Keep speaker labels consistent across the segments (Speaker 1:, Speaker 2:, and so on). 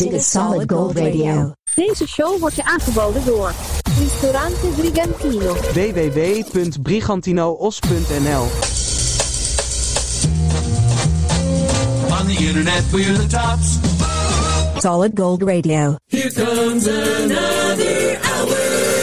Speaker 1: Dit is Solid Gold Radio.
Speaker 2: Deze show wordt je aangeboden door Ristorante Brigantino.
Speaker 3: www.brigantinoos.nl.
Speaker 4: On the internet we're the tops.
Speaker 1: Solid Gold Radio.
Speaker 4: Here comes another hour.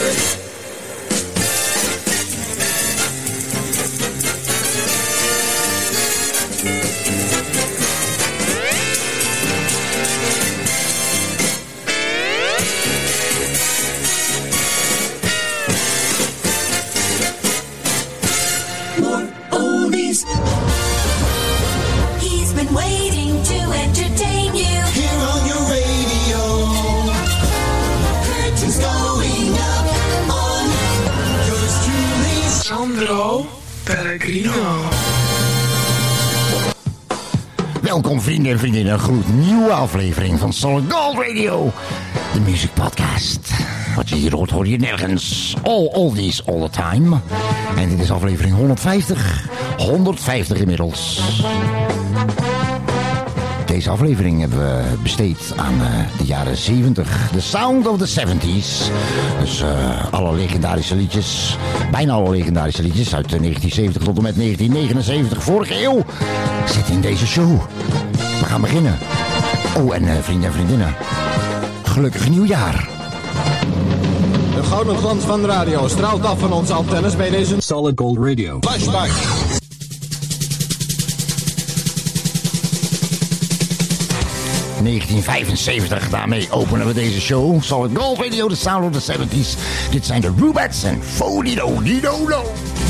Speaker 5: He's been waiting to entertain you.
Speaker 4: Here on your radio. Curtains going up on yours truly,
Speaker 6: Sandro Pellegrino.
Speaker 7: Welkom vrienden en vriendinnen, een gloednieuwe aflevering van Solid Gold Radio, de music podcast. Wat je hier hoort, hoor je nergens. All oldies, all the time. En dit is aflevering 150 inmiddels. Deze aflevering hebben we besteed aan de jaren 70. The Sound of the 70s. Dus alle legendarische liedjes, bijna alle legendarische liedjes uit 1970 tot en met 1979, vorige eeuw, zitten in deze show. We gaan beginnen. Oh, en vrienden en vriendinnen, gelukkig nieuwjaar.
Speaker 8: De gouden glans van de radio straalt af van onze antennes bij deze Solid Gold Radio. Flashback.
Speaker 7: ...1975, daarmee openen we deze show. Solid Gold Radio, The Sound of the 70s. Dit zijn de Rubettes en Fo-Di-Do-Di-Do-Do.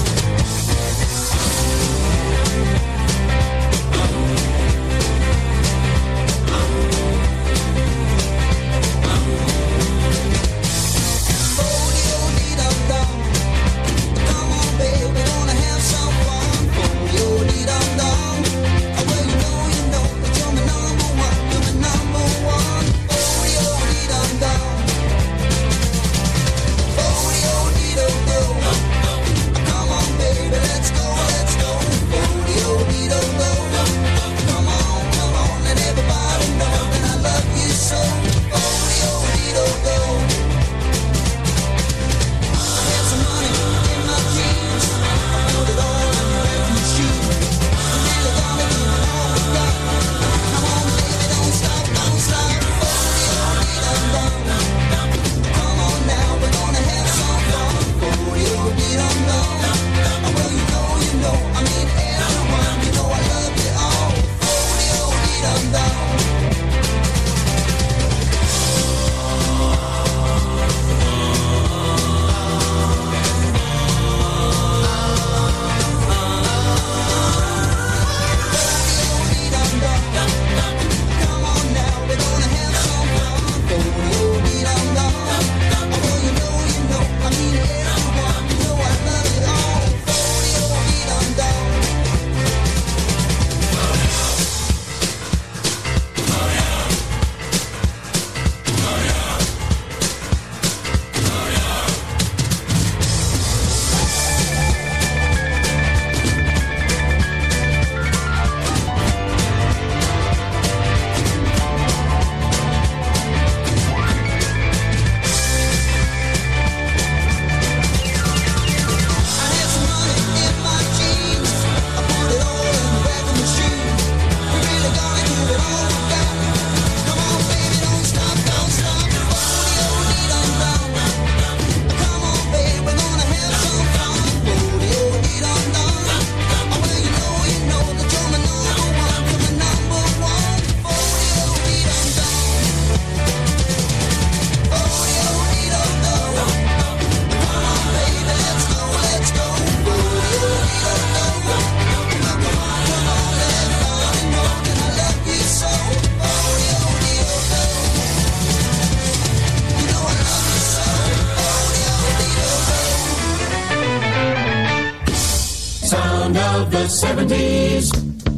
Speaker 4: of the 70s.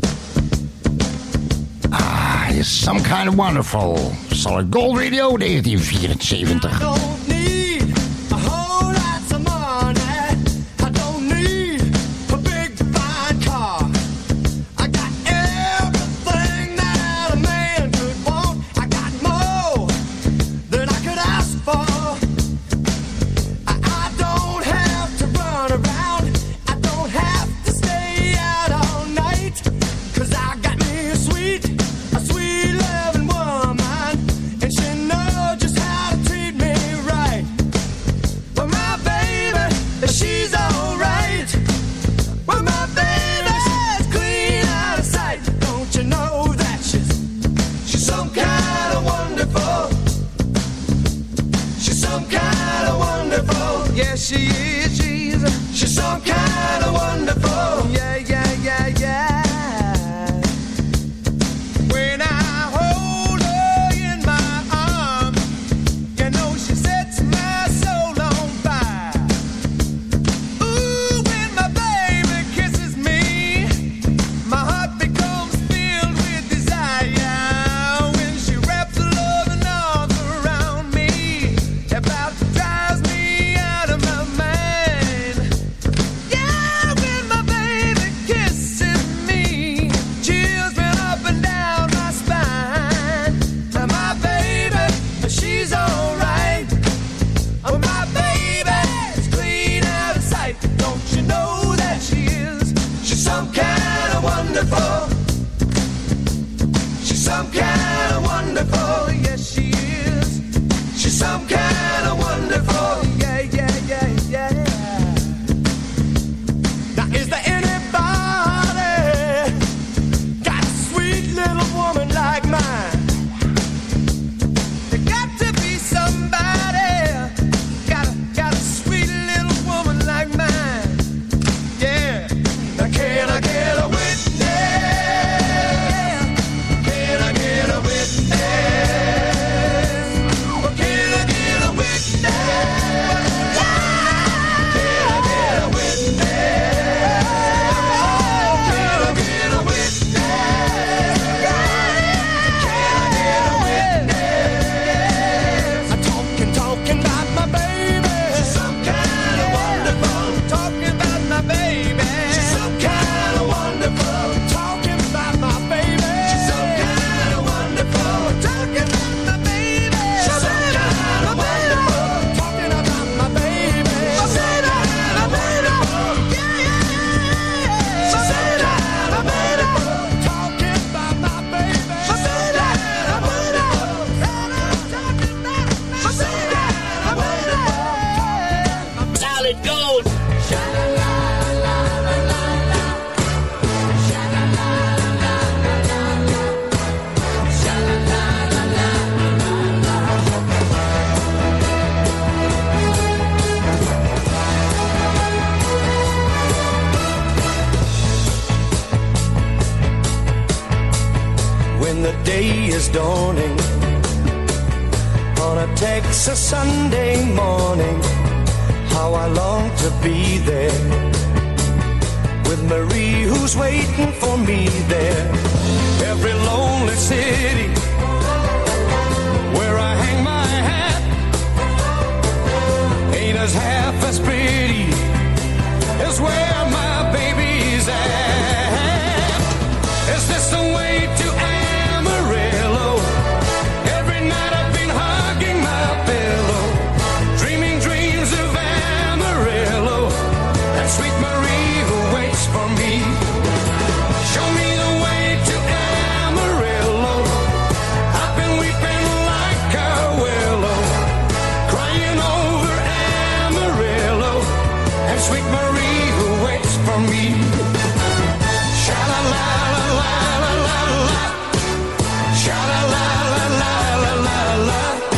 Speaker 7: Ah, is some kind of wonderful. Solid Gold Radio 1974.
Speaker 3: dawning on a Texas Sunday morning. How I long to be there with Marie who's waiting for me there. Every lonely city where I hang my hat ain't as half as pretty as where my baby's at. Is this the way to Amarillo? Every night I've been hugging my pillow, dreaming dreams of Amarillo and sweet Marie who waits for me. Show me the way to Amarillo. I've been weeping like a willow, crying over Amarillo and sweet Marie who waits for me. Sha-la-la-la-la-la-la-la, sha-la-la-la-la-la-la,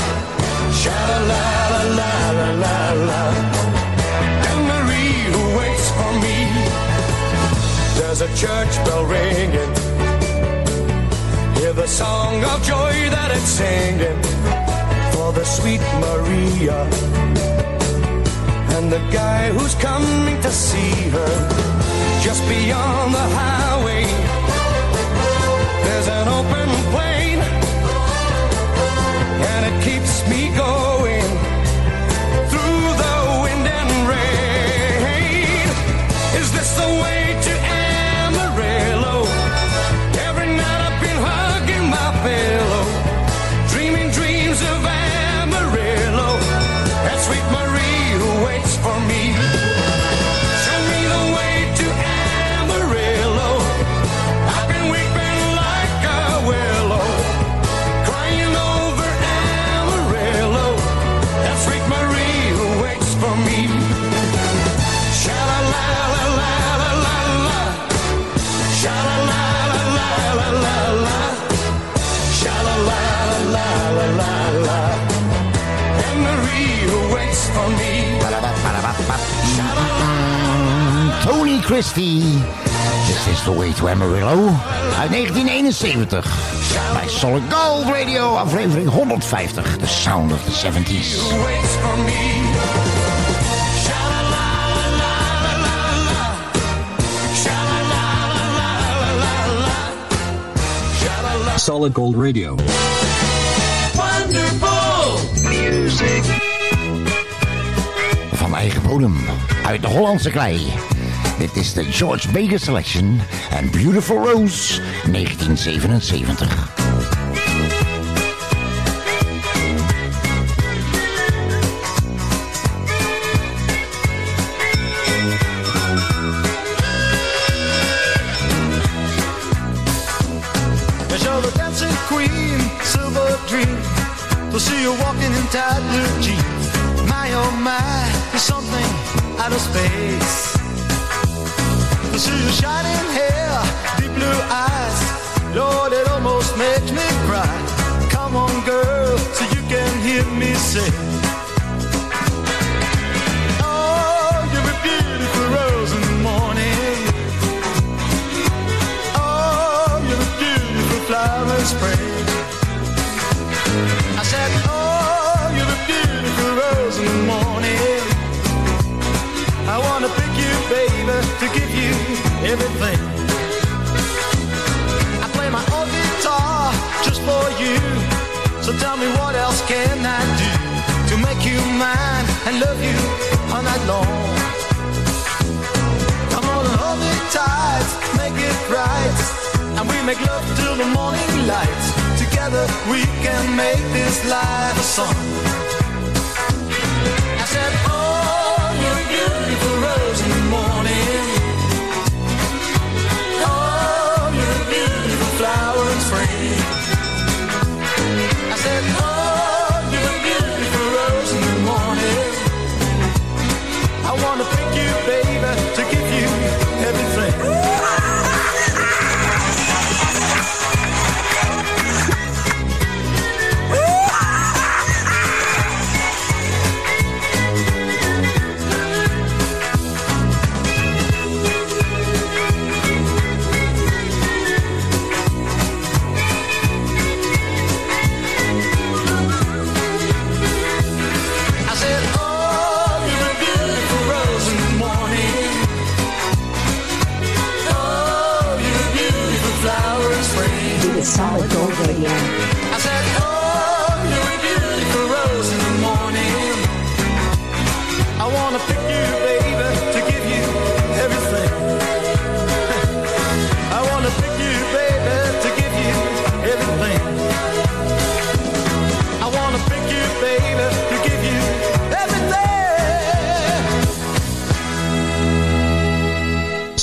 Speaker 3: sha-la-la-la-la-la-la, and Marie who waits for me. There's a church bell ringing, hear the song of joy that it's singing for the sweet Maria and the guy who's coming to see her. Just beyond the highway there's an open plain, and it keeps me going through the wind and rain. Is this the way to Amarillo? Every night I've been hugging my pillow, dreaming dreams of Amarillo and sweet Marie who waits for me. Show me the way to Amarillo. I've been weeping like a willow, crying over Amarillo and sweet Marie who waits for me. Sha-la-la-la-la-la-la, sha-la-la-la-la-la-la, sha-la-la-la-la-la-la, and Marie who waits for me.
Speaker 7: Tony Christie. This is the way to Amarillo. Uit 1971. Bij Solid Gold Radio, aflevering 150. The Sound of the 70s.
Speaker 3: Who waits for me.
Speaker 8: Solid Gold Radio.
Speaker 4: Wonderful music.
Speaker 7: Van eigen bodem, uit de Hollandse klei. Dit is de George Baker Selection en Beautiful Rose, 1977.
Speaker 9: You're the dancing queen, silver dream. To see you walking in tight blue jeans. My oh my, you're something out of space. To see your shining hair, deep blue eyes, Lord, it almost makes me cry. Come on, girl, so you can hear me say, oh, you're a beautiful rose in the morning. Oh, you're a beautiful flower in spring. I said, oh, you're a beautiful rose in the morning. I wanna pick you, baby, to give you everything. I play my own guitar just for you. So tell me what else can I do to make you mine and love you all night long. Come on and hold me tight, make it right, and we make love till the morning light. Together we can make this life a song. I said, oh, you're a beautiful rose in the morning. Oh, you're a beautiful flower in spring. I said, oh, you're a beautiful rose in the morning. I wanna pick you, baby, to give you everything.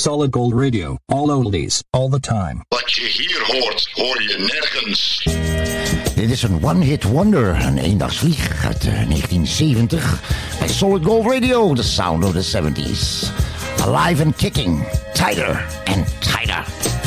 Speaker 8: Solid Gold Radio. All oldies, all the time.
Speaker 10: Wat je hier hoort, hoor je nergens.
Speaker 7: Dit is een one-hit wonder, een eendagsvlieg uit 1970 bij Solid Gold Radio, the sound of the 70s. Alive and kicking, tighter and tighter.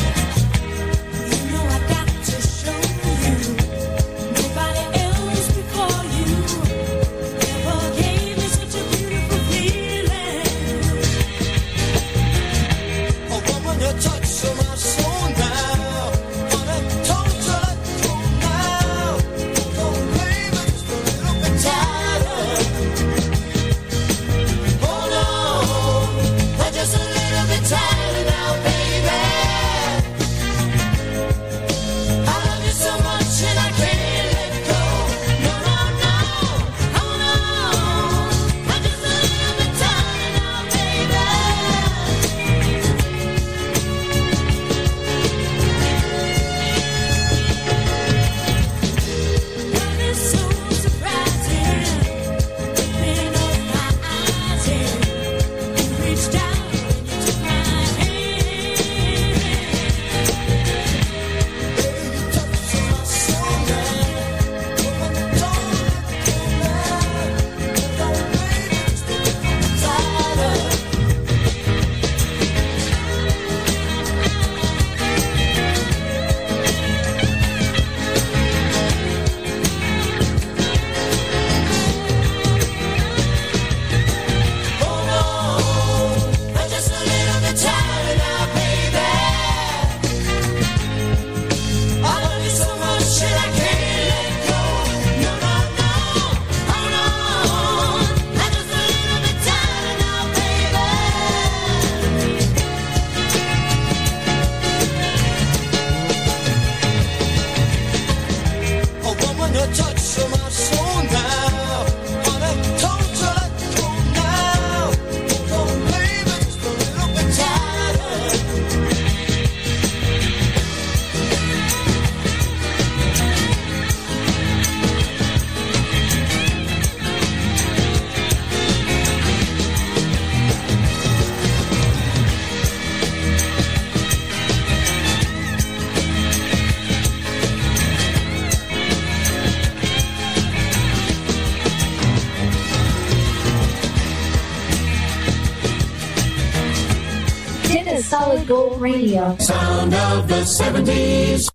Speaker 2: Solid Gold Radio.
Speaker 4: Sound of the 70s.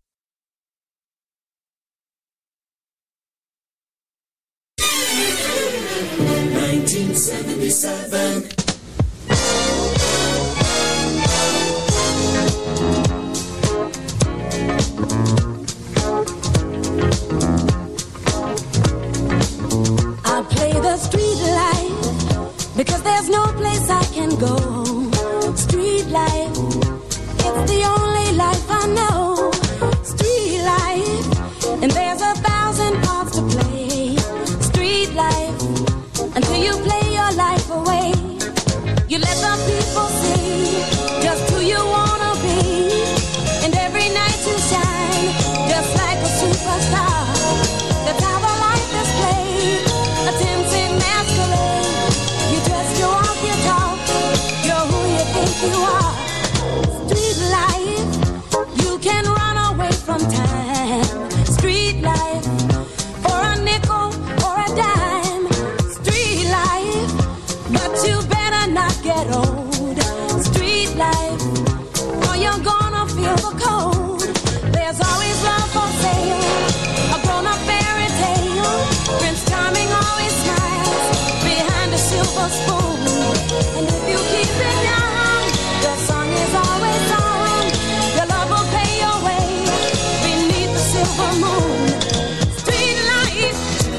Speaker 5: I play the street life because there's no place I can go. Street life, it's the only life I know. Street life, and there's 1,000 parts to play. Street life, until you play your life away. You let the people see just who you wanna be, and every night you shine just like a superstar. That's how the life is played, a tempting masquerade. You dress, you walk, you talk, you're who you think you are. Street life, you can run away from time. Street life, for a nickel or a dime. Street life, but you better not get old. Street life, or you're gonna feel the cold. There's always love for sale, a grown-up fairy tale. Prince Charming always smiles behind a silver spoon. And if you keep it young, the song is always on. Your love will pay your way beneath the silver moon. Street life,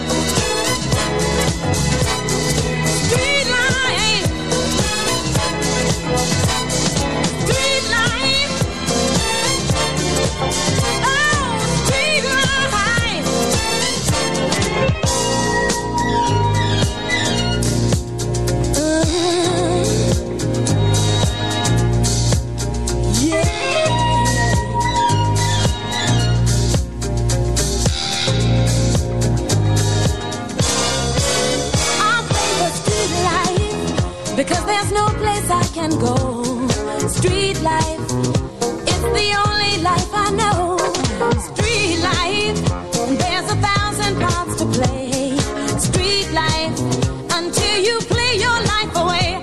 Speaker 5: street life, street life. Oh, street life. Because there's no place I can go. Street street life. It's the only life I know. Street life, there's 1,000 parts to play. Street life, until you play your life away.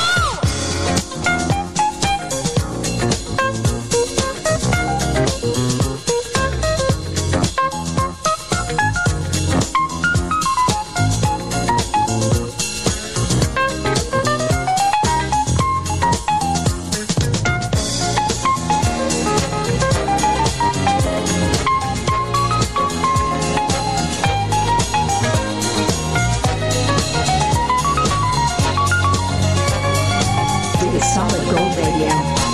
Speaker 2: Solid Gold Radio.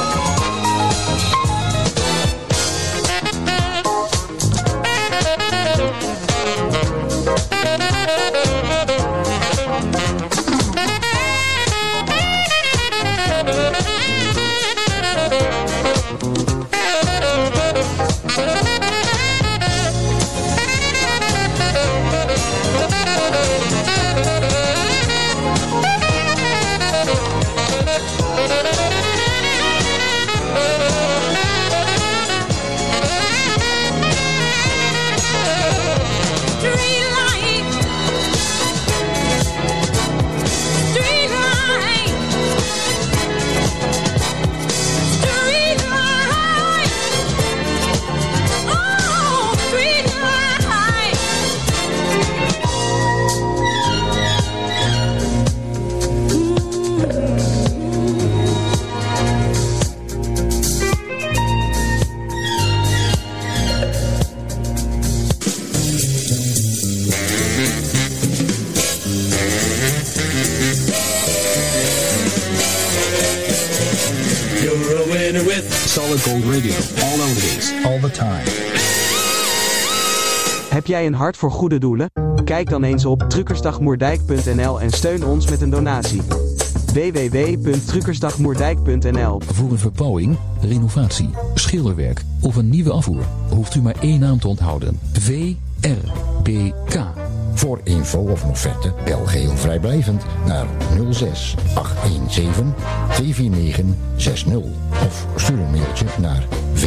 Speaker 8: Solid Gold Radio. All oldies, all the time.
Speaker 11: Heb jij een hart voor goede doelen? Kijk dan eens op truckersdagmoerdijk.nl en steun ons met een donatie. www.truckersdagmoerdijk.nl.
Speaker 12: Voor een verbouwing, renovatie, schilderwerk of een nieuwe afvoer hoeft u maar één naam te onthouden. VRBK.
Speaker 7: Voor info of offerte bel geheel vrijblijvend naar 06 817 249 60 of stuur een mailtje naar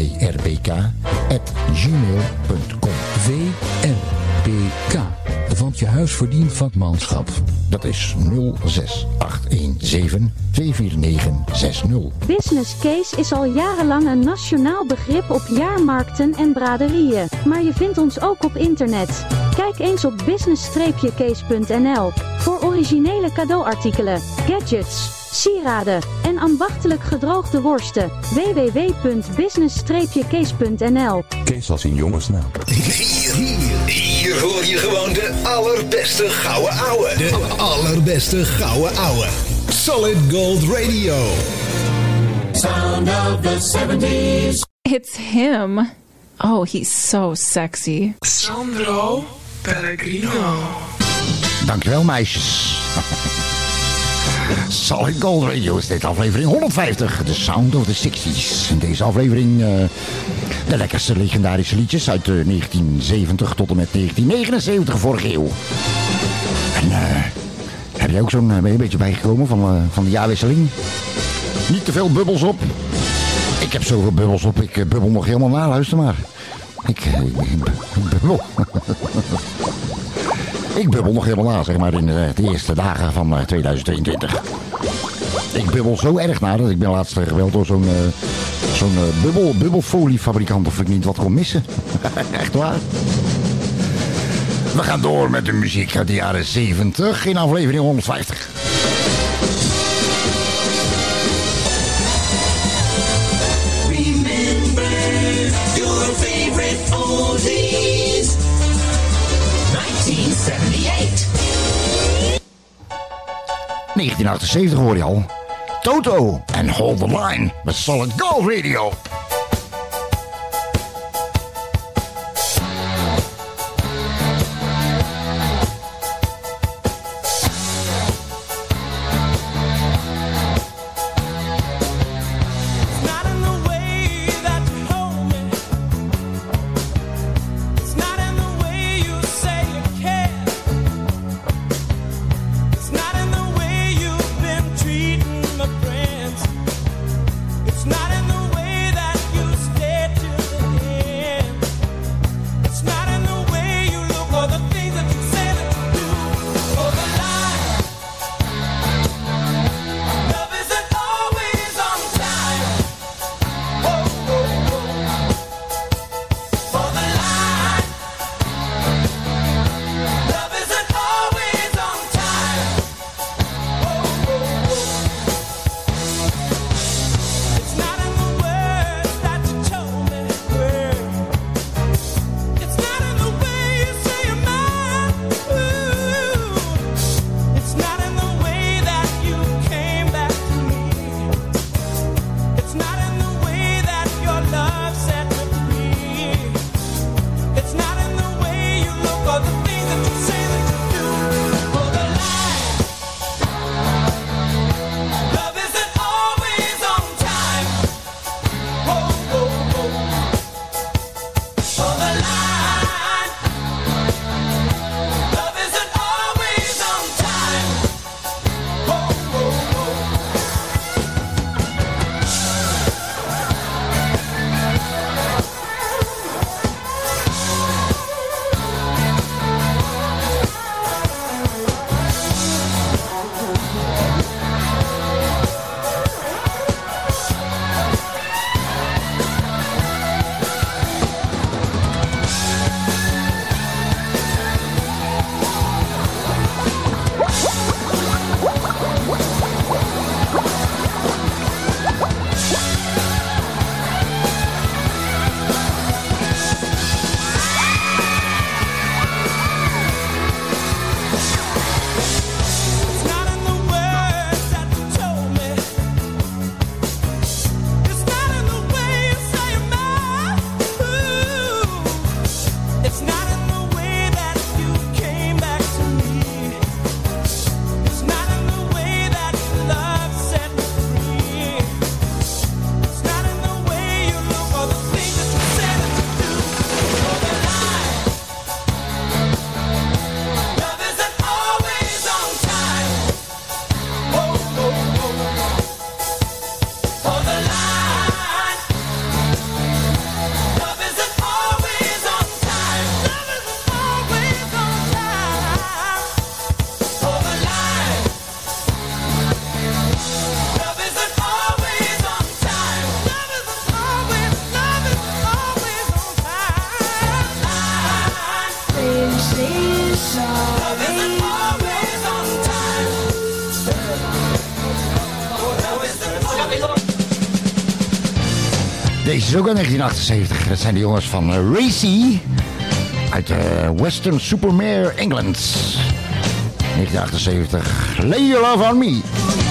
Speaker 7: vrbk@gmail.com.
Speaker 12: VRBK, want je huis verdient vakmanschap.
Speaker 7: Dat is 06 817 249 60.
Speaker 13: Business case is al jarenlang een nationaal begrip op jaarmarkten en braderieën. Maar je vindt ons ook op internet. Kijk eens op business-case.nl voor originele cadeauartikelen, gadgets, sieraden en ambachtelijk gedroogde worsten. www.business-case.nl.
Speaker 12: Kees als in jongensnaam.
Speaker 14: Hier hoor je gewoon de allerbeste gouden ouwe. De allerbeste gouden ouwe. Solid Gold Radio.
Speaker 15: Sound of the 70s.
Speaker 16: It's him. Oh, he's so sexy.
Speaker 6: Sandro Pellegrino.
Speaker 7: Dankjewel, meisjes. Solid Gold Radio is dit aflevering 150. The Sound of the 60s. In deze aflevering de lekkerste legendarische liedjes uit 1970 tot en met 1979 vorige eeuw. En heb jij ook ben je een beetje bijgekomen van de jaarwisseling? Niet te veel bubbels op. Ik heb zoveel bubbels op. Ik bubbel nog helemaal na. Luister maar. Ik bubbel. Ik bubbel nog helemaal na, zeg maar, in de eerste dagen van 2022. Ik bubbel zo erg na dat ik ben laatst gebeld door zo'n bubbelfoliefabrikant of ik niet wat kon missen. Echt waar. We gaan door met de muziek uit de jaren 70 in aflevering 150.
Speaker 15: Remember your favorite oldies. 1978.
Speaker 7: 1978 hoor je al. Toto en Hold the Line met Solid Gold Radio.
Speaker 3: It's not in
Speaker 7: deze is ook uit 1978. Dat zijn de jongens van Racy uit Western Supermare, England. 1978. Lay Your Love on Me.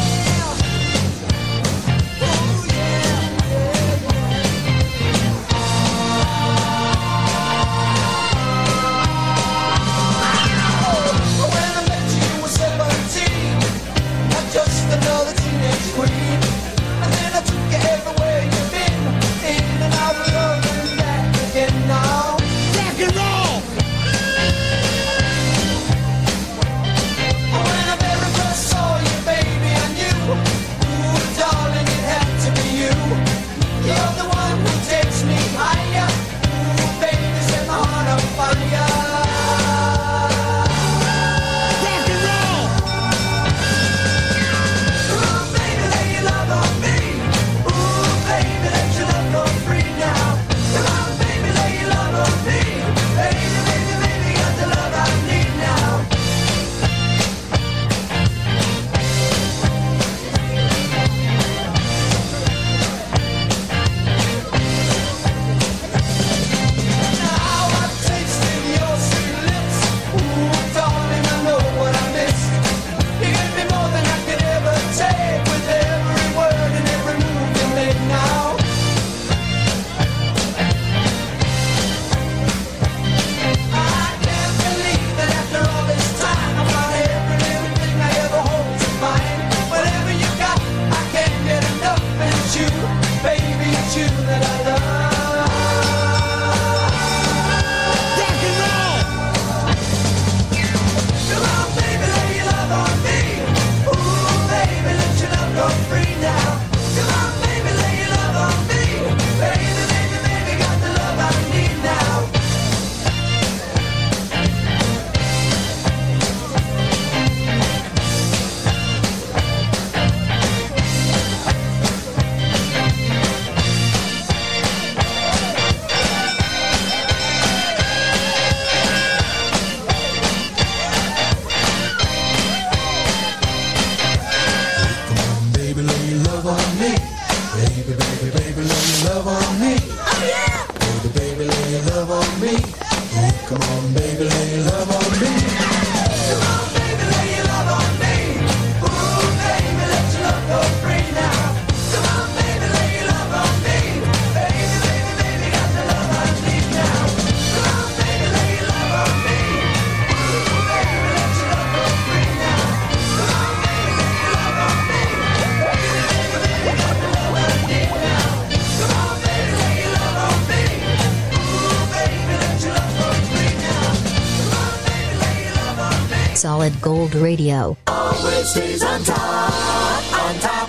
Speaker 1: Solid Gold Radio.
Speaker 15: Always stays on top, on top.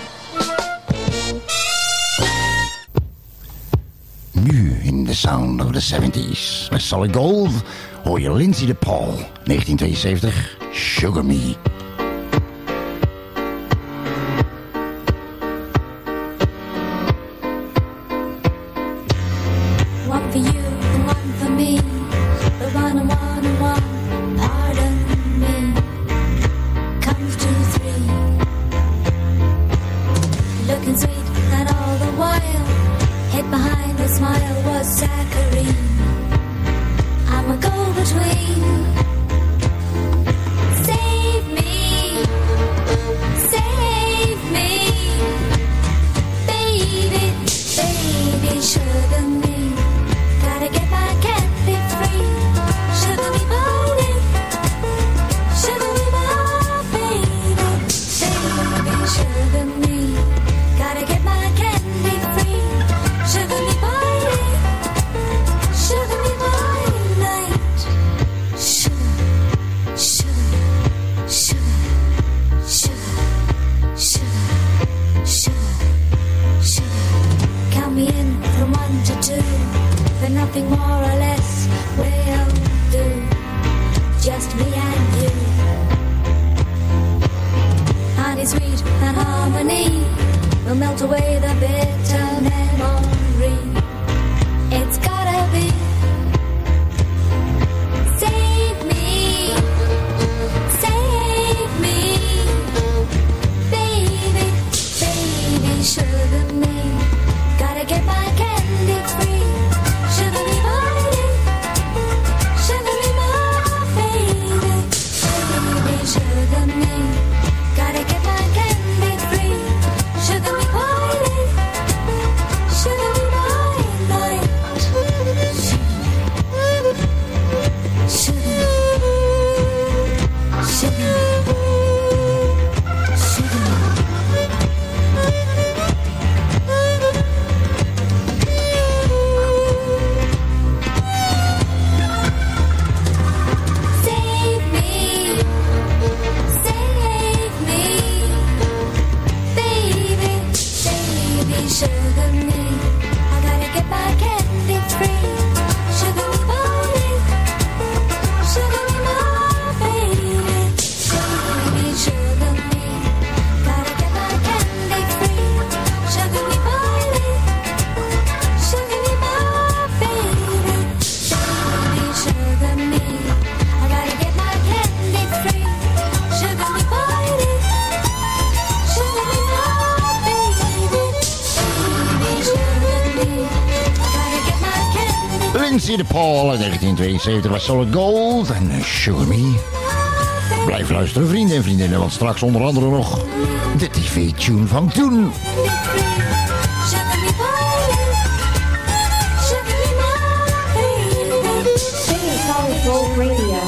Speaker 7: Nu in de sound of the 70s. Met Solid Gold hoor je Lindsay DePaul, 1972, Sugar Me.
Speaker 5: One for you and one for me. The one and one and one. Pardon me. Comes to three. Looking sweet and all the while. Hid behind the smile was Zachary. I'm a go-between. Save me. Save me. Baby, baby, sugar me. Gotta get my candy free. Sugar me, baby. Sugar me, baby. Baby, sugar me. Gotta get my candy free. Sugar me, baby. Sugar me, by night. Sugar, sugar, sugar, sugar, sugar, sugar, sugar. Count me in from 1 to 2. But nothing more or less will do. Just me and you. Honey sweet and harmony will melt away the bitter memory. It's gotta be. Save me. Save me. Baby, baby, sugar me. Gotta get my candy
Speaker 7: Nancy DePaul uit 1972 was Solid Gold en Sugar Me. Blijf luisteren, vrienden en vriendinnen, want straks onder andere nog de tv-tune van toen.
Speaker 2: Solid Gold Radio.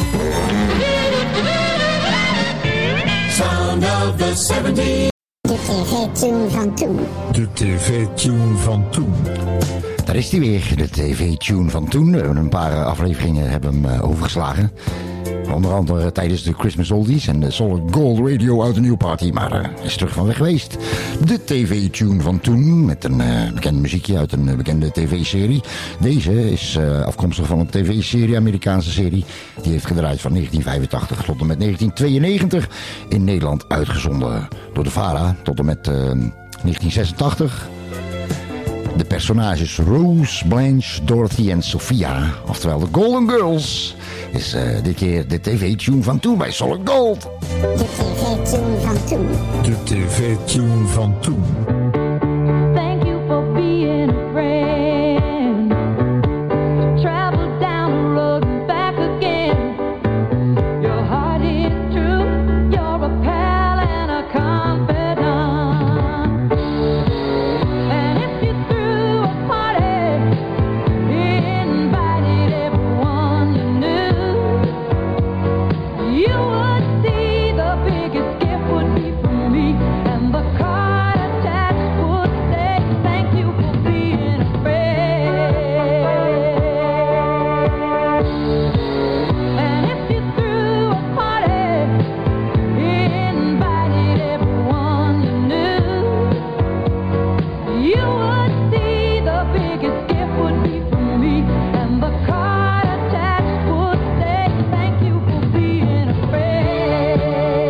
Speaker 15: Sound of the 70s.
Speaker 17: De tv-tune van toen.
Speaker 7: De tv-tune van toen. Daar is hij weer, de tv-tune van toen. We hebben een paar afleveringen hebben hem overgeslagen. Onder andere tijdens de Christmas Oldies en de Solid Gold Radio Out a New Party. Maar is terug van weg geweest. De tv-tune van toen. Met een bekend muziekje uit een bekende tv-serie. Deze is afkomstig van een tv-serie, Amerikaanse serie. Die heeft gedraaid van 1985 tot en met 1992. In Nederland uitgezonden door de VARA tot en met 1986. De personages Rose, Blanche, Dorothy en Sophia, oftewel de Golden Girls, is dit keer de tv-tune van toen bij Solid Gold.
Speaker 17: De tv-tune van toen.
Speaker 7: De tv-tune van toen.
Speaker 5: Thank you for being a friend. Travel down the road and back again. Your heart is true. You're a pal and a confidant. And if you threw a party, invited everyone you knew, you would see the biggest gift would be from me, and the card attached would say, thank you for being a friend. And if you threw a party, invited everyone you knew, you would see the biggest gift would be from me, and the card attached would say, thank you for being a friend.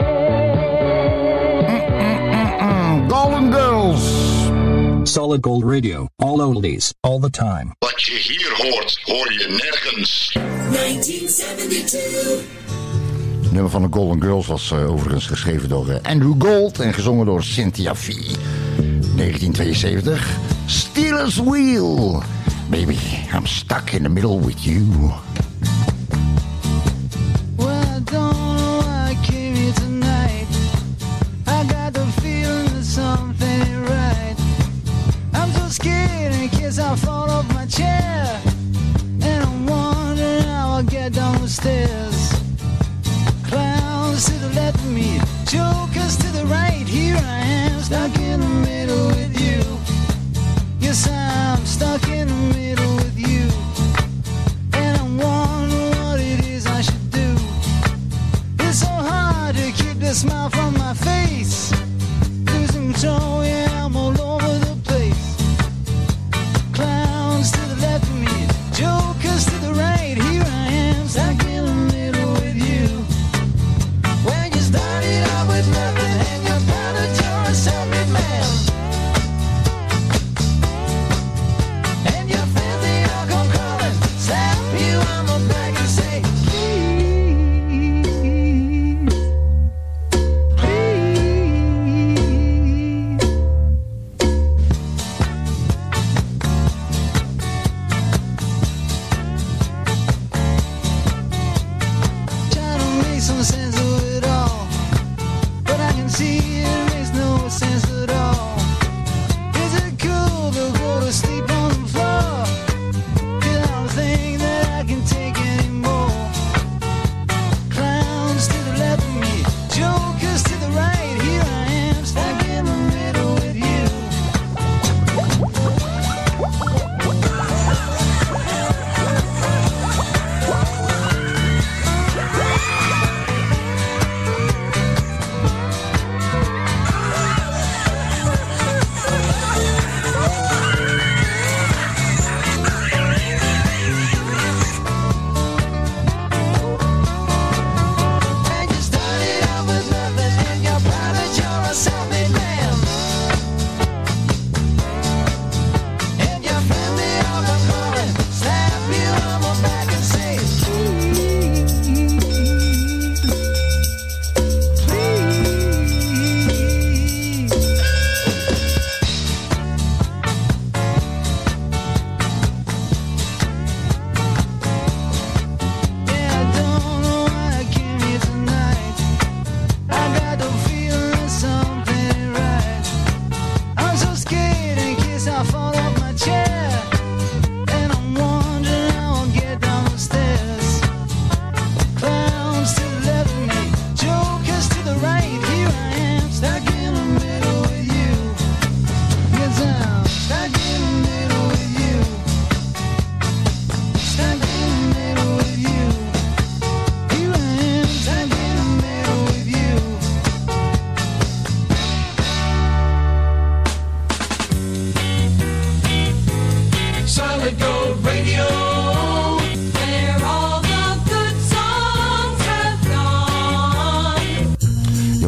Speaker 7: Golden Girls.
Speaker 8: Solid Gold Radio. All oldies. All the time.
Speaker 10: Wat je hier hoort, hoor je nergens.
Speaker 15: 1972.
Speaker 7: Het nummer van de Golden Girls was overigens geschreven door Andrew Gold en gezongen door Cynthia Fee. 1972. Steelers Wheel. Baby, I'm stuck in the middle with you.
Speaker 9: Well, I don't know why I came here tonight. I got the feeling that something ain't right. I'm so scared in case I fall off my chair. And I'm wondering how I'll get down the stairs. Clowns to the left of me, jokers to the right. Here I am, stuck in the middle with you. Yes, I'm stuck in the middle with you. And I'm wondering what it is I should do. It's so hard to keep the smile from my face. Losing control, yeah, I'm all over the place. Clowns to the left of me, jokers to the right. Here I am, stuck in the middle with you. When you started out with nothing and you're proud that you're a self-made man. And your friends, they all come calling, slap you on the back and say, please, please.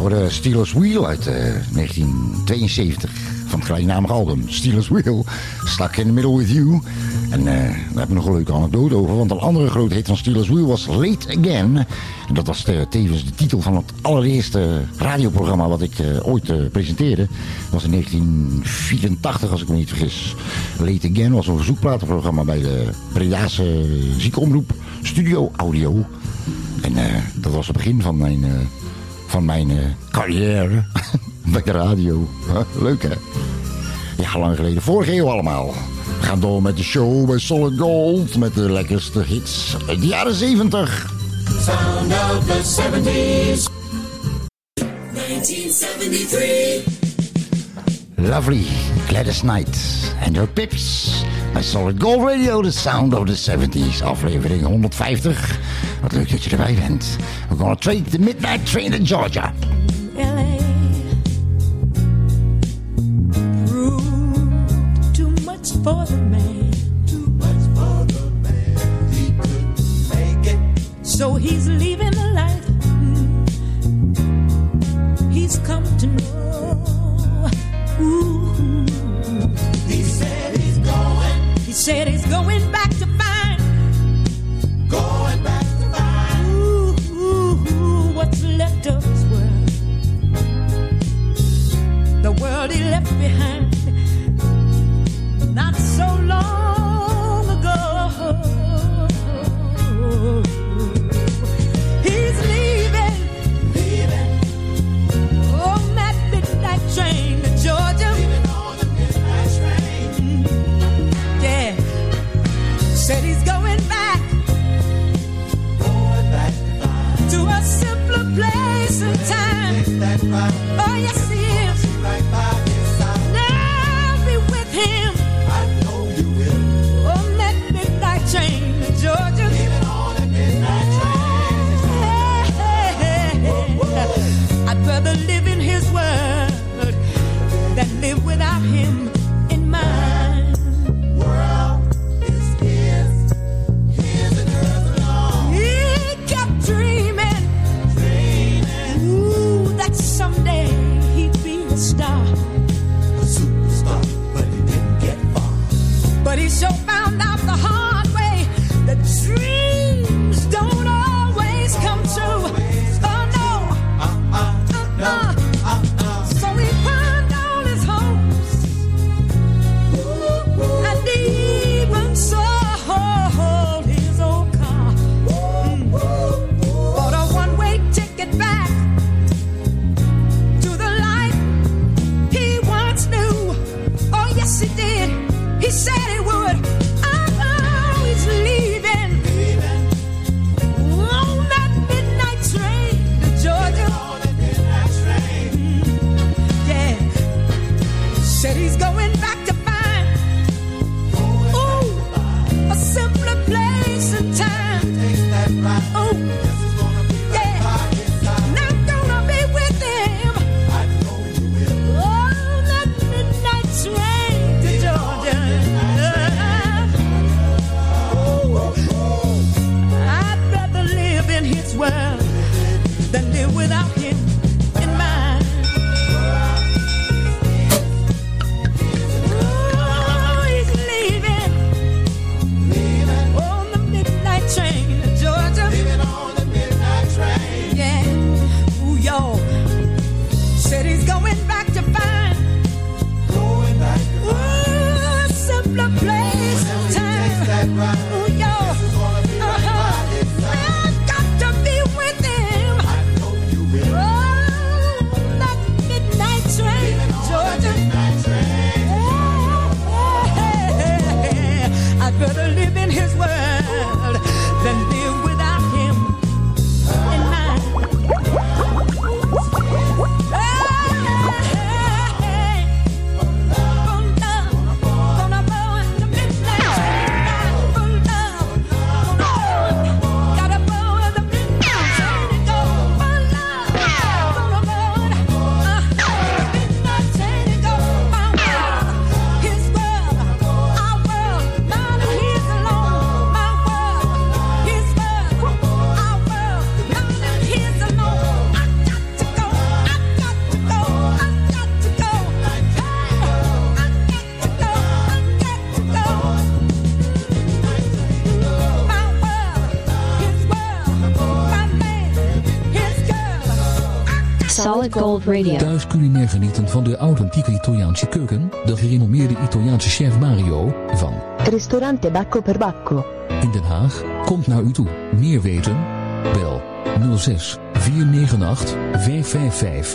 Speaker 7: hoorde Steelers Wheel uit 1972 van het gelijknamige album. Steelers Wheel, Stuck in the Middle with You. En daar heb ik nog een leuke anekdote over, want een andere grote hit van Steelers Wheel was Late Again. En dat was tevens de titel van het allereerste radioprogramma wat ik ooit presenteerde. Dat was in 1984, als ik me niet vergis. Late Again was een verzoekplatenprogramma bij de Bredaanse ziekenomroep Studio Audio. En dat was het begin van mijn carrière bij de radio. Leuk, hè? Ja, lang geleden. Vorige eeuw allemaal. We gaan door met de show bij Solid Gold met de lekkerste hits uit de jaren 70.
Speaker 15: Sound of the 70s. 1973.
Speaker 7: Lovely Gladys Knight and her Pips bij Solid Gold Radio, the sound of the 70s, aflevering 150. Wat leuk dat je erbij bent. We're gonna take the midnight train to Georgia.
Speaker 5: LA proved too much for the man.
Speaker 15: Too much for the man. He couldn't make it.
Speaker 5: So he's leaving the life he's come to know. Ooh.
Speaker 15: He said he's going.
Speaker 5: He said he's going back to find.
Speaker 15: Going back to find.
Speaker 5: Ooh, what's left of his world. The world he left behind. Not so long ago. He's leaving. On that midnight train to Georgia.
Speaker 15: Leaving on the midnight train.
Speaker 5: Yeah. Said he's going back.
Speaker 15: Going back to find.
Speaker 5: To a simpler place and time.
Speaker 15: Takes that right.
Speaker 5: Oh yes he is.
Speaker 15: Right by his side.
Speaker 5: Now be with him.
Speaker 15: I know you will.
Speaker 5: On that midnight train to Georgia.
Speaker 15: Leaving on the midnight train.
Speaker 5: I'd rather live in his world than live without him in mine.
Speaker 15: World is his. His and hers alone.
Speaker 5: He kept dreaming. Ooh, that someday he'd be a star.
Speaker 15: A superstar, but he didn't get far.
Speaker 5: But he sure found out the hard way that dreams don't always come true. Oh no. So he burned all his hopes and even sold his old car. Bought a one-way ticket back to the life he once knew. Oh yes he did. He said he would. Oh, he's leaving. On that midnight train to Georgia. Yeah. Said he's going back to find. Ooh, a simpler place and time. Ooh, yeah. And I'm gonna be with him. On that midnight train to Georgia. I'd rather live in his world than live without him in mine. Oh, he's leaving on the midnight train to Georgia. Yeah, ooh, yo. Said he's going back to find. Ooh, a simpler place and time. Ooh, yo. I've got to be with him. Oh, that midnight train to Georgia. I'd rather live in his world than live without him in mine. Gonna go in the midnight train.
Speaker 1: Solid Gold Radio.
Speaker 12: Thuis culinair genieten van de authentieke Italiaanse keuken. De gerenommeerde Italiaanse chef Mario van
Speaker 18: Ristorante Bacco per Bacco.
Speaker 12: in Den Haag komt naar u toe. Meer weten? Bel 06 498 555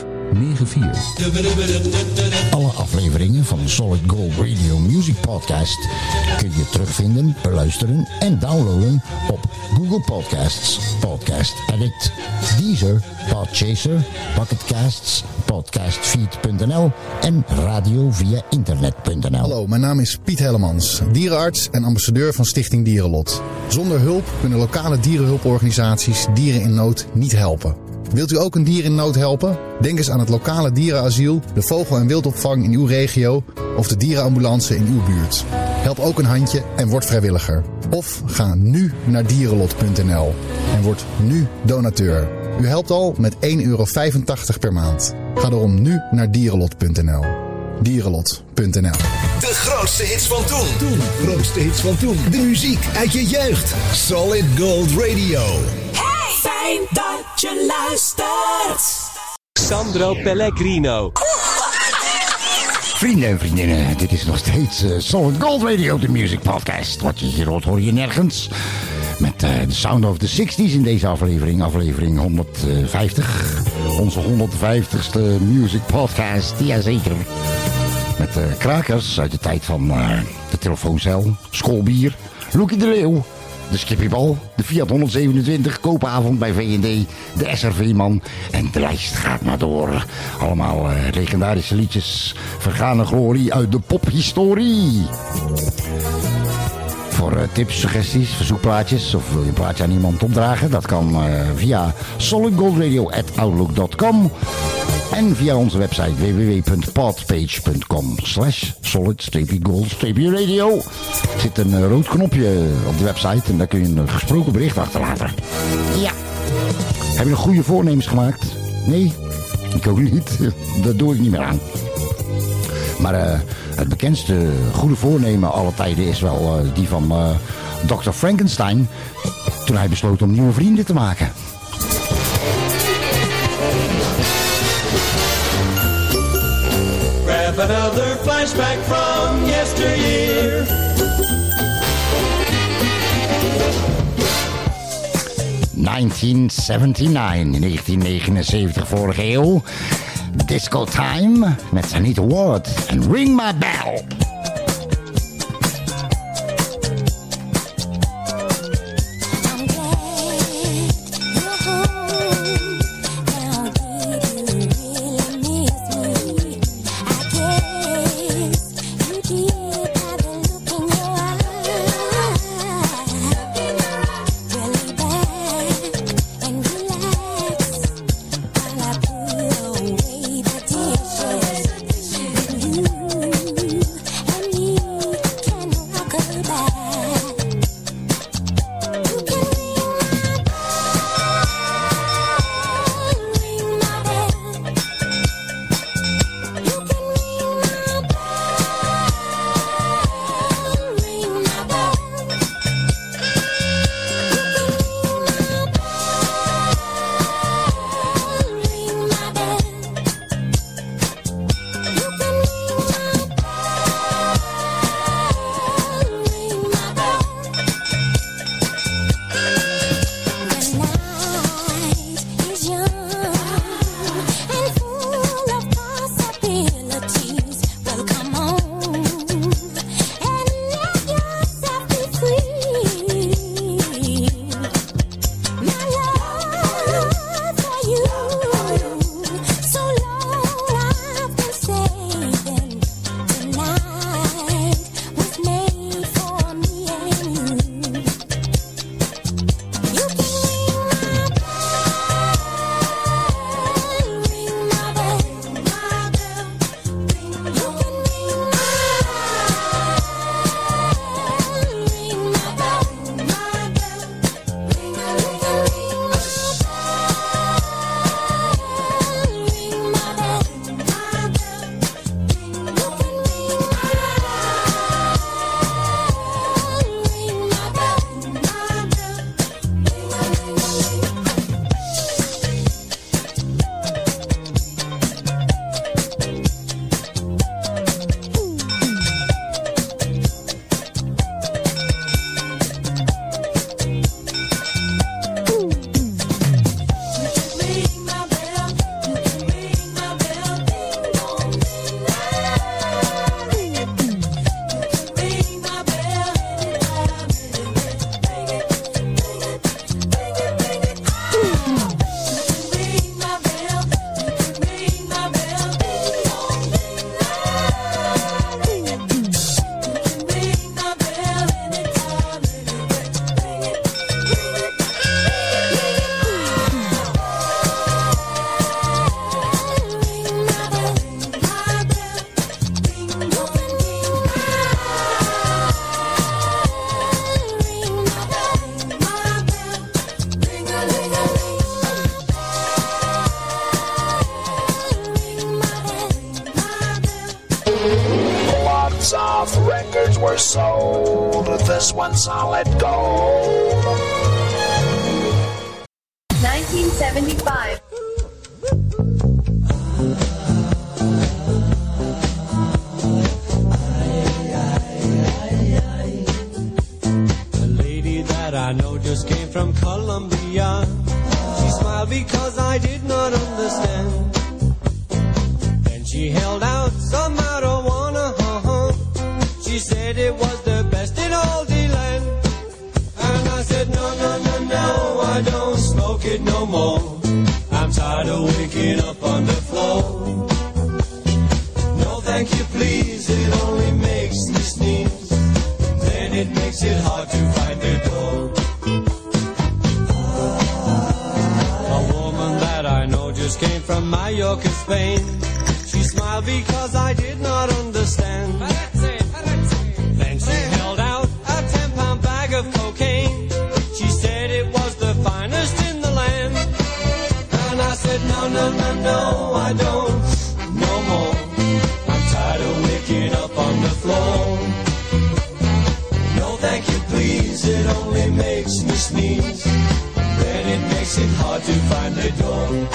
Speaker 12: 94.
Speaker 7: Alle afleveringen van Solid Gold Radio Music Podcast kun je terugvinden, beluisteren en downloaden op Google Podcasts, Podcast Addict, Deezer, Podchaser, Pocketcasts, podcastfeed.nl en radio via internet.nl.
Speaker 19: Hallo, mijn naam is Piet Hellemans, dierenarts en ambassadeur van Stichting Dierenlot. Zonder hulp kunnen lokale dierenhulporganisaties dieren in nood niet helpen. Wilt u ook een dier in nood helpen? Denk eens aan het lokale dierenasiel, de vogel- en wildopvang in uw regio of de dierenambulance in uw buurt. Help ook een handje en word vrijwilliger. Of ga nu naar dierenlot.nl en word nu donateur. U helpt al met €1,85 per maand. Ga daarom nu naar dierenlot.nl. Dierenlot.nl.
Speaker 14: De grootste hits van toen. Grootste hits van toen. De muziek uit je jeugd. Solid Gold Radio.
Speaker 4: Hey, fijn dat je luistert.
Speaker 20: Sandro Pellegrino.
Speaker 7: Vrienden en vriendinnen, dit is nog steeds Solid Gold Radio, de music podcast. Wat je hier hoor je nergens. Met de Sound of the 60s in deze aflevering, aflevering 150. Onze 150ste music podcast, jazeker. Met krakers uit de tijd van de telefooncel, schoolbier, Loekie de Leeuw, de Skippybal, de Fiat 127, koopavond bij V&D, de SRV-man. En de lijst gaat maar door. Allemaal legendarische liedjes, vergane glorie uit de pophistorie. Voor tips, suggesties, verzoekplaatjes of wil je een plaatje aan iemand opdragen? Dat kan via solidgoldradio@outlook.com en via onze website www.podpage.com/solid-gold-radio. Er zit een rood knopje op de website en daar kun je een gesproken bericht achterlaten. Ja. Heb je nog goede voornemens gemaakt? Nee? Ik ook niet. Dat doe ik niet meer aan. Maar het bekendste goede voornemen aller tijden is wel die van Dr. Frankenstein. Toen hij besloot om nieuwe vrienden te maken.
Speaker 4: Grab another flashback from yesteryear.
Speaker 7: In 1979, vorige eeuw. Disco Time met Anita Ward en Ring My Bell.
Speaker 21: your soul. This one's solid gold.
Speaker 2: 1975.
Speaker 20: I know just came from Colombia. She smiled because I did not understand. Then she held out some marijuana. She said it was the best in all the land. And I said, no, no, no, no, I don't smoke it no more. I'm tired of waking up on the floor. No, thank you, please, it only makes me sneeze. Then it makes it hard to find the door. A woman that I know just came from Mallorca, Spain. She smiled because I did not understand. Then she held out a 10-pound bag of cocaine. She said it was the finest in the land. And I said, no, no, no, no, I don't, no more. I'm tired of waking up on the floor. No, thank you, please, it only makes me sneeze. Then it makes it hard to find the door.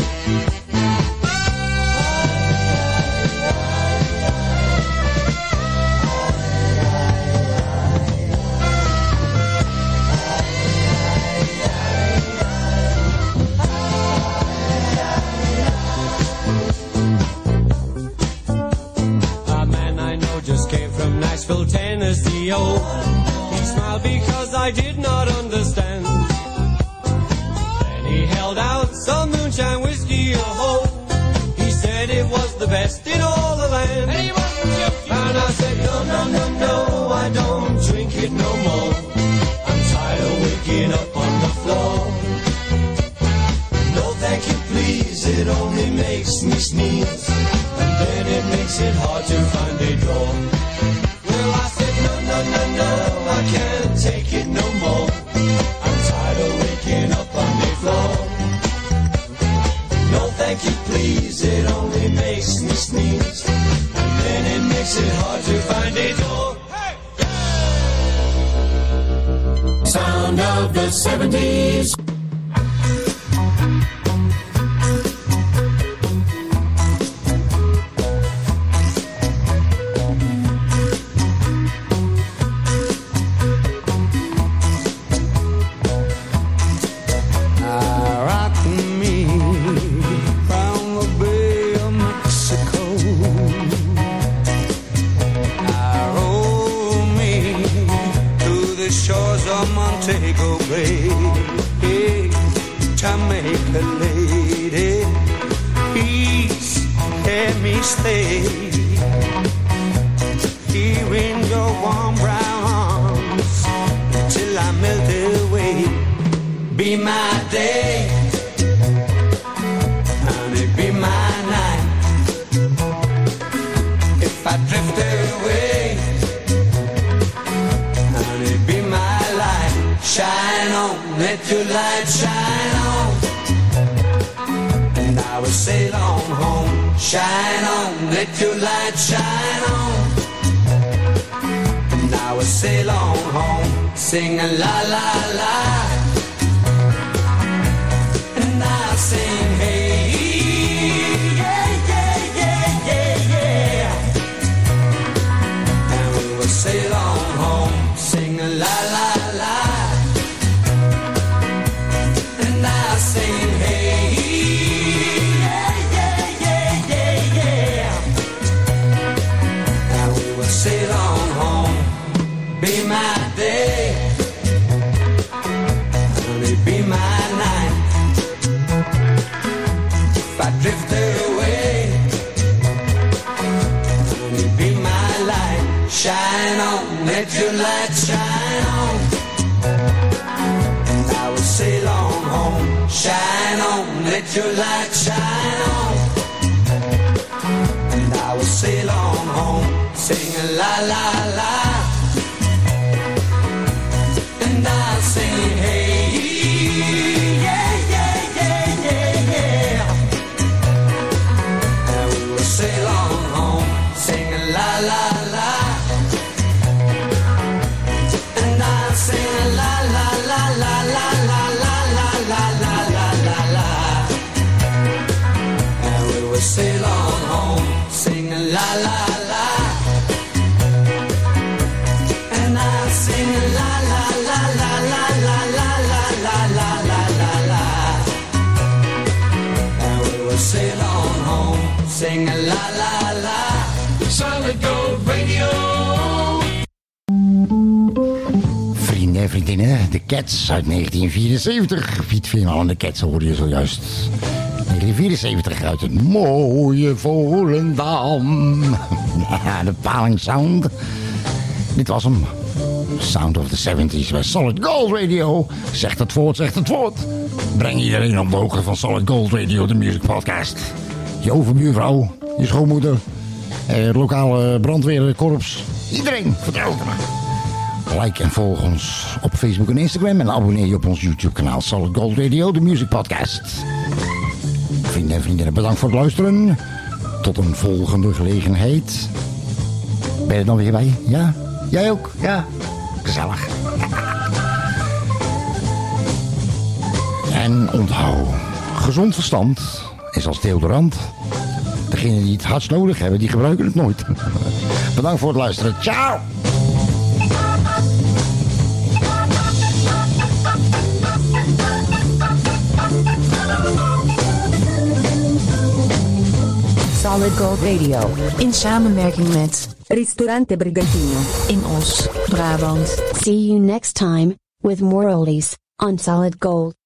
Speaker 20: A man I know just came from Nashville, Tennessee, oh. He smiled because I did not understand. Then he held out some moonshine whiskey, oh. He said it was the best in all the land. And he wasn't joking. And I said, no, no, no, no, I don't drink it no more. I'm tired of waking up on the floor. No, thank you, please, it only makes me sneeze. And then it makes it hard to find a door. Well, I said, no, no, no, no, I can't take it no more. I'm tired of waking up on the floor. No, thank you, please, it only makes me sneeze. And then it makes it hard to find a door. Hey!
Speaker 3: Sound of the 70s.
Speaker 9: Montego Bay, hey, Jamaica lady, please let me stay here in your warm brown arms till I melt away. Be my day, honey, be my night. If I drift away, honey, be my light. Shine on, let your light shine on. And I will sail on home. Shine on, let your light shine on. And I will sail on home. Sing a la la la. And I'll sing hey, yeah, yeah, yeah, yeah, yeah. And we will sail on home. Sing a la la la. Sing hey, yeah, yeah, yeah, yeah, yeah. Now we will sail on home. Be my day, honey, be my night. If I drift away, honey, be my light. Shine on, let your light shine on. And I will sail on home. Shine on, let your light shine on. And I will sail on home. Sing a la la la. And I'll sing hey, yeah, yeah, yeah, yeah, yeah. And we will sail on home. Sing a la la la. la la la. And I sing la la la la la la la la la la la la la. And we will sail on home, sing la la la. Solid Gold Radio.
Speaker 7: Vrienden en vriendinnen, de Cats uit 1974. Piet Veerman en de Cats hoorde je zojuist. 1974 uit het mooie Volendam. Ja, de Paling Sound. Dit was hem. Sound of the 70s bij Solid Gold Radio. Zegt het voort, zegt het voort. Breng iedereen op de hoogte van Solid Gold Radio, de music podcast. Je overbuurvrouw, je schoonmoeder, het lokale brandweerkorps. Iedereen, vertel het maar. Like en volg ons op Facebook en Instagram en abonneer je op ons YouTube kanaal Solid Gold Radio, de music podcast. Vrienden en vriendinnen, bedankt voor het luisteren. Tot een volgende gelegenheid. Ben je er dan weer bij? Ja? Jij ook? Ja? Gezellig. En onthoud, gezond verstand is als deodorant. Degenen die het hardst nodig hebben, die gebruiken het nooit. Bedankt voor het luisteren. Ciao!
Speaker 18: Solid Gold Radio. In samenwerking met Ristorante Brigantino in Os, Brabant.
Speaker 17: See you next time with more oldies on Solid Gold.